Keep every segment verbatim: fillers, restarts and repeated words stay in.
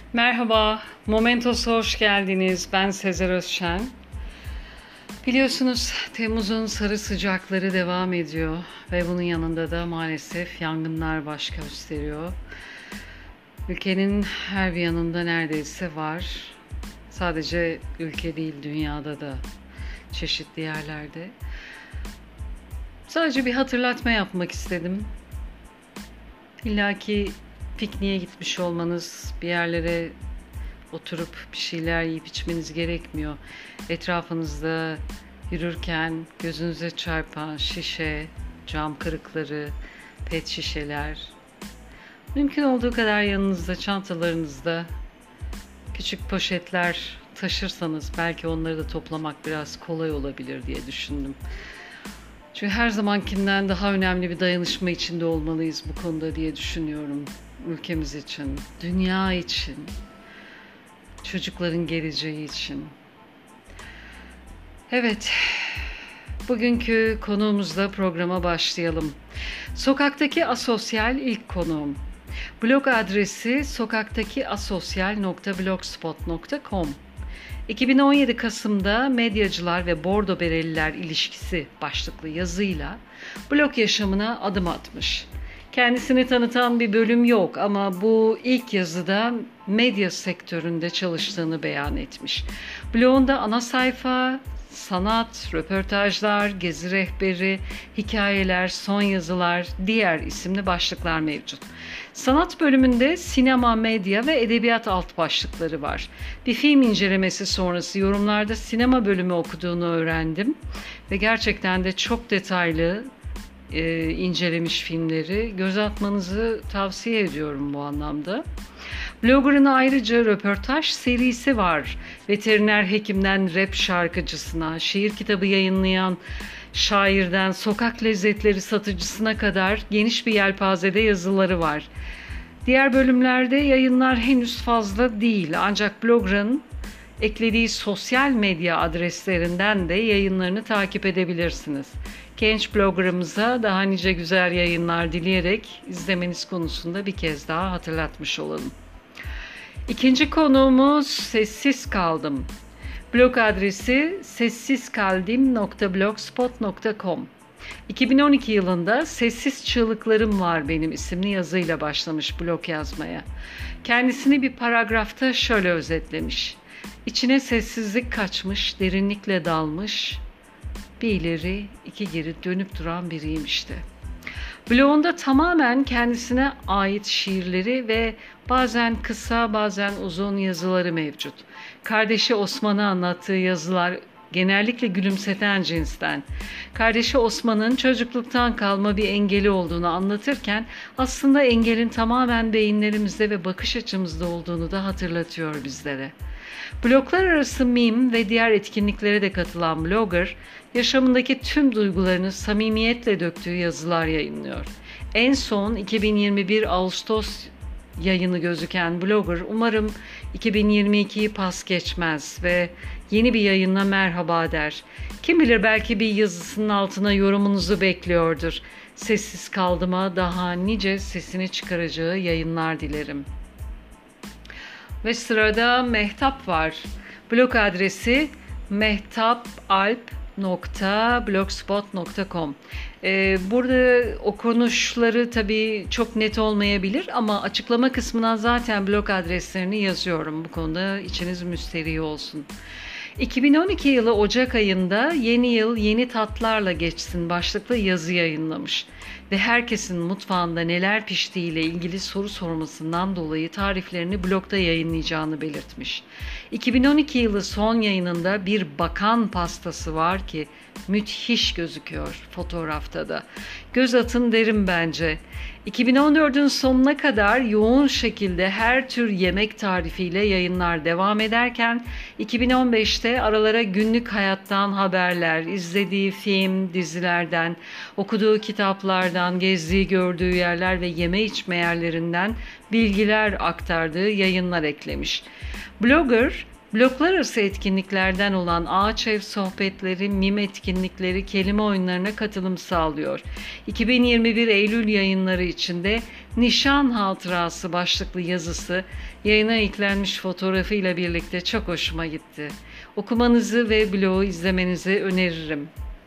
Merhaba, Momentos'a hoş geldiniz. Ben Sezer Özşen. Biliyorsunuz Temmuz'un sarı sıcakları devam ediyor ve bunun yanında da maalesef yangınlar baş gösteriyor. Ülkenin her bir yanında neredeyse var. Sadece ülke değil, dünyada da çeşitli yerlerde. Sadece bir hatırlatma yapmak istedim. İlla ki pikniğe gitmiş olmanız, bir yerlere oturup bir şeyler yiyip içmeniz gerekmiyor. Etrafınızda yürürken gözünüze çarpan şişe, cam kırıkları, pet şişeler, mümkün olduğu kadar yanınızda, çantalarınızda küçük poşetler taşırsanız belki onları da toplamak biraz kolay olabilir diye düşündüm. Çünkü her zamankinden daha önemli bir dayanışma içinde olmalıyız bu konuda diye düşünüyorum. Ülkemiz için, dünya için, çocukların geleceği için. Evet, bugünkü konuğumuzla programa başlayalım. Sokaktaki asosyal ilk konuğum. Blog adresi sokaktakiasosyal nokta blogspot nokta com. iki bin on yedi Kasım'da Medyacılar ve Bordo Bereliler ilişkisi başlıklı yazıyla blog yaşamına adım atmış. Kendisini tanıtan bir bölüm yok ama bu ilk yazıda medya sektöründe çalıştığını beyan etmiş. Blogunda ana sayfa, sanat, röportajlar, gezi rehberi, hikayeler, son yazılar, diğer isimli başlıklar mevcut. Sanat bölümünde sinema, medya ve edebiyat alt başlıkları var. Bir film incelemesi sonrası yorumlarda sinema bölümü okuduğunu öğrendim ve gerçekten de çok detaylı e, incelemiş filmleri. Göz atmanızı tavsiye ediyorum bu anlamda. Blogger'ın ayrıca röportaj serisi var. Veteriner hekimden rap şarkıcısına, şiir kitabı yayınlayan şairden sokak lezzetleri satıcısına kadar geniş bir yelpazede yazıları var. Diğer bölümlerde yayınlar henüz fazla değil ancak blogger'ın eklediği sosyal medya adreslerinden de yayınlarını takip edebilirsiniz. Genç bloggerımıza daha nice güzel yayınlar dileyerek izlemeniz konusunda bir kez daha hatırlatmış olalım. İkinci konuğumuz Sessiz Kaldım. Blog adresi sessizkaldim nokta blogspot nokta com. iki bin on iki yılında Sessiz Çığlıklarım Var Benim isimli yazıyla başlamış blog yazmaya. Kendisini bir paragrafta şöyle özetlemiş. İçine sessizlik kaçmış, derinlikle dalmış, bir ileri iki geri dönüp duran biriyim işte. Blogunda tamamen kendisine ait şiirleri ve bazen kısa bazen uzun yazıları mevcut. Kardeşi Osman'ı anlattığı yazılar genellikle gülümseten cinsten. Kardeşi Osman'ın çocukluktan kalma bir engeli olduğunu anlatırken aslında engelin tamamen beyinlerimizde ve bakış açımızda olduğunu da hatırlatıyor bizlere. Bloglar arası meme ve diğer etkinliklere de katılan blogger, yaşamındaki tüm duygularını samimiyetle döktüğü yazılar yayınlıyor. En son iki bin yirmi bir Ağustos yayını gözüken blogger umarım iki bin yirmi ikiyi pas geçmez ve yeni bir yayınla merhaba der. Kim bilir belki bir yazısının altına yorumunuzu bekliyordur. Sessiz kaldığıma daha nice sesini çıkaracağı yayınlar dilerim. Ve sırada Mehtap var. Blog adresi mehtapalp nokta blogspot nokta com. Ee, burada okunuşları tabii çok net olmayabilir ama açıklama kısmına zaten blog adreslerini yazıyorum. Bu konuda içiniz müsterih olsun. iki bin on iki yılı Ocak ayında Yeni Yıl Yeni Tatlarla Geçsin başlıklı yazı yayınlamış ve herkesin mutfağında neler piştiğiyle ilgili soru sormasından dolayı tariflerini blogda yayınlayacağını belirtmiş. iki bin on iki yılı son yayınında bir bakan pastası var ki müthiş gözüküyor fotoğrafta da. Göz atın derim bence. iki bin on dördün sonuna kadar yoğun şekilde her tür yemek tarifiyle yayınlar devam ederken iki bin on beşte aralara günlük hayattan haberler, izlediği film, dizilerden, okuduğu kitaplardan, gezdiği gördüğü yerler ve yeme içme yerlerinden bilgiler aktardığı yayınlar eklemiş. Blogger Bloklar arası etkinliklerden olan ağaç ev sohbetleri, mim etkinlikleri, kelime oyunlarına katılım sağlıyor. iki bin yirmi bir Eylül yayınları içinde Nişan Hatırası başlıklı yazısı yayına eklenmiş fotoğrafıyla birlikte çok hoşuma gitti. Okumanızı ve blogu izlemenizi öneririm.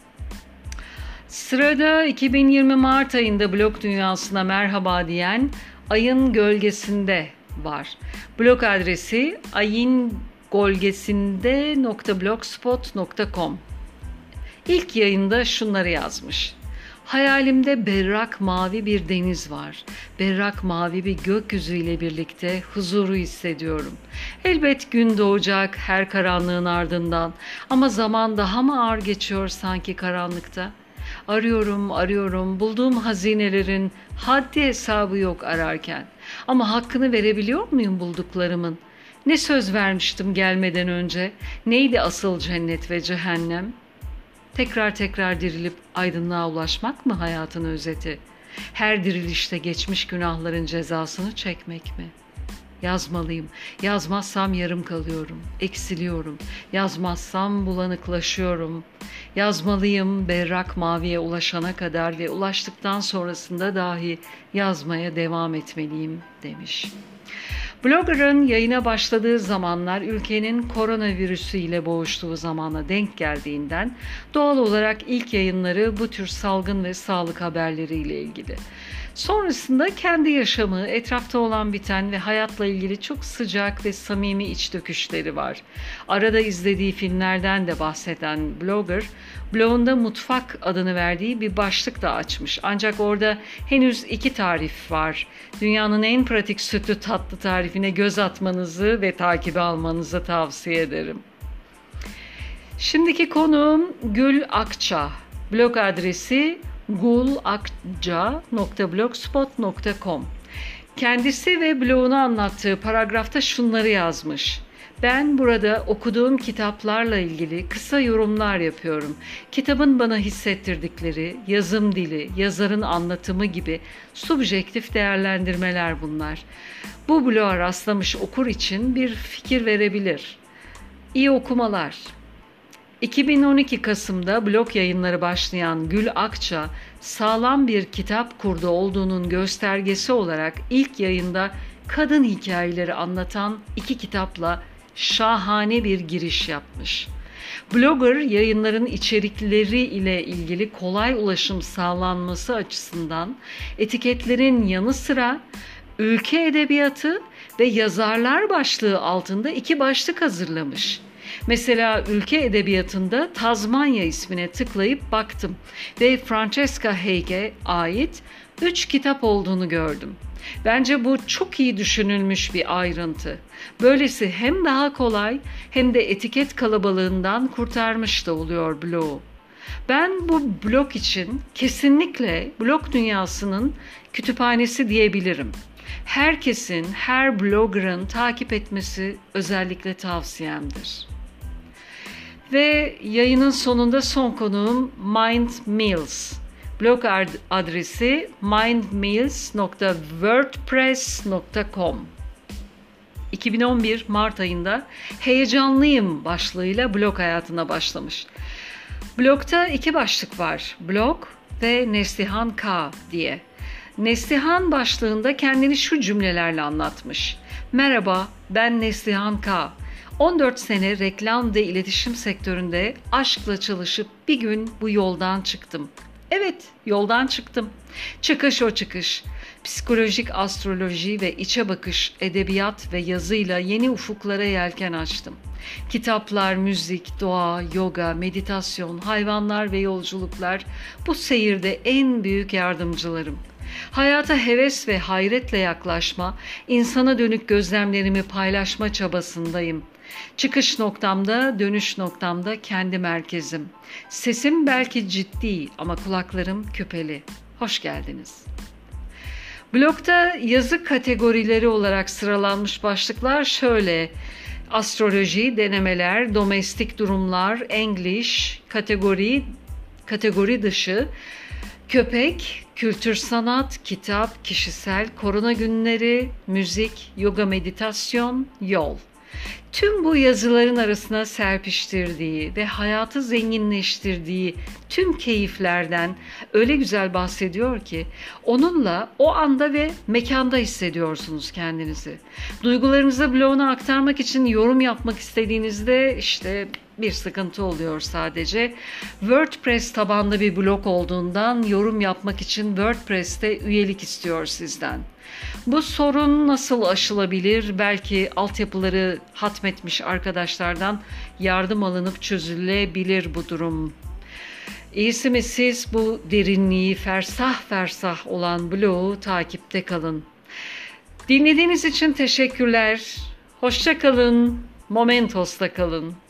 Sırada iki bin yirmi Mart ayında blog dünyasına merhaba diyen Ayın Gölgesinde var. Blog adresi ayingolgesinde nokta blogspot nokta com. İlk yayında şunları yazmış. Hayalimde berrak mavi bir deniz var. Berrak mavi bir gökyüzüyle birlikte huzuru hissediyorum. Elbet gün doğacak her karanlığın ardından ama zaman daha mı ağır geçiyor sanki karanlıkta? Arıyorum, arıyorum, bulduğum hazinelerin haddi hesabı yok ararken. Ama hakkını verebiliyor muyum bulduklarımın? Ne söz vermiştim gelmeden önce? Neydi asıl cennet ve cehennem? Tekrar tekrar dirilip aydınlığa ulaşmak mı hayatın özeti? Her dirilişte geçmiş günahların cezasını çekmek mi? Yazmalıyım. Yazmazsam yarım kalıyorum, eksiliyorum. Yazmazsam bulanıklaşıyorum. Yazmalıyım berrak maviye ulaşana kadar ve ulaştıktan sonrasında dahi yazmaya devam etmeliyim demiş. Blogger'ın yayına başladığı zamanlar ülkenin koronavirüsü ile boğuştuğu zamana denk geldiğinden doğal olarak ilk yayınları bu tür salgın ve sağlık haberleriyle ilgili. Sonrasında kendi yaşamı, etrafta olan biten ve hayatla ilgili çok sıcak ve samimi iç döküşleri var. Arada izlediği filmlerden de bahseden blogger, blogunda mutfak adını verdiği bir başlık da açmış. Ancak orada henüz iki tarif var. Dünyanın en pratik sütlü tatlı tarifine göz atmanızı ve takibi almanızı tavsiye ederim. Şimdiki konuğum Gül Akça. Blog adresi gulakca nokta blogspot nokta com. Kendisi ve blogunu anlattığı paragrafta şunları yazmış. Ben burada okuduğum kitaplarla ilgili kısa yorumlar yapıyorum. Kitabın bana hissettirdikleri, yazım dili, yazarın anlatımı gibi subjektif değerlendirmeler bunlar. Bu bloğa rastlamış okur için bir fikir verebilir. İyi okumalar. iki bin on iki Kasım'da blog yayınları başlayan Gül Akça, sağlam bir kitap kurdu olduğunun göstergesi olarak ilk yayında kadın hikayeleri anlatan iki kitapla şahane bir giriş yapmış. Blogger yayınların içerikleri ile ilgili kolay ulaşım sağlanması açısından etiketlerin yanı sıra ülke edebiyatı ve yazarlar başlığı altında iki başlık hazırlamış. Mesela ülke edebiyatında Tazmanya ismine tıklayıp baktım ve Francesca Haig'e ait üç kitap olduğunu gördüm. Bence bu çok iyi düşünülmüş bir ayrıntı. Böylesi hem daha kolay hem de etiket kalabalığından kurtarmış da oluyor blogu. Ben bu blog için kesinlikle blog dünyasının kütüphanesi diyebilirim. Herkesin, her blogger'ın takip etmesi özellikle tavsiyemdir. Ve yayının sonunda son konuğum Mind Mills. Blog adresi mindmills nokta wordpress nokta com. iki bin on bir Mart ayında Heyecanlıyım başlığıyla blog hayatına başlamış. Blogda iki başlık var. Blog ve Neslihan K diye. Neslihan başlığında kendini şu cümlelerle anlatmış. Merhaba, ben Neslihan K. on dört sene reklam ve iletişim sektöründe aşkla çalışıp bir gün bu yoldan çıktım. Evet, yoldan çıktım. Çıkış o çıkış. Psikolojik astroloji ve içe bakış, edebiyat ve yazıyla yeni ufuklara yelken açtım. Kitaplar, müzik, doğa, yoga, meditasyon, hayvanlar ve yolculuklar bu seyirde en büyük yardımcılarım. Hayata heves ve hayretle yaklaşma, insana dönük gözlemlerimi paylaşma çabasındayım. Çıkış noktamda, dönüş noktamda kendi merkezim. Sesim belki ciddi ama kulaklarım küpeli. Hoş geldiniz. Blogda yazı kategorileri olarak sıralanmış başlıklar şöyle: astroloji, denemeler, domestik durumlar, English, kategori, kategori dışı, köpek, kültür sanat, kitap, kişisel, korona günleri, müzik, yoga meditasyon, yol. Tüm bu yazıların arasına serpiştirdiği ve hayatı zenginleştirdiği tüm keyiflerden öyle güzel bahsediyor ki onunla o anda ve mekanda hissediyorsunuz kendinizi. Duygularınızı bloguna aktarmak için yorum yapmak istediğinizde işte bir sıkıntı oluyor sadece. WordPress tabanlı bir blog olduğundan yorum yapmak için WordPress'te üyelik istiyor sizden. Bu sorun nasıl aşılabilir? Belki altyapıları hatmetmiş arkadaşlardan yardım alınıp çözülebilir bu durum. İyisi mi siz bu derinliği fersah fersah olan blogu takipte kalın. Dinlediğiniz için teşekkürler. Hoşça kalın. Momentos'ta kalın.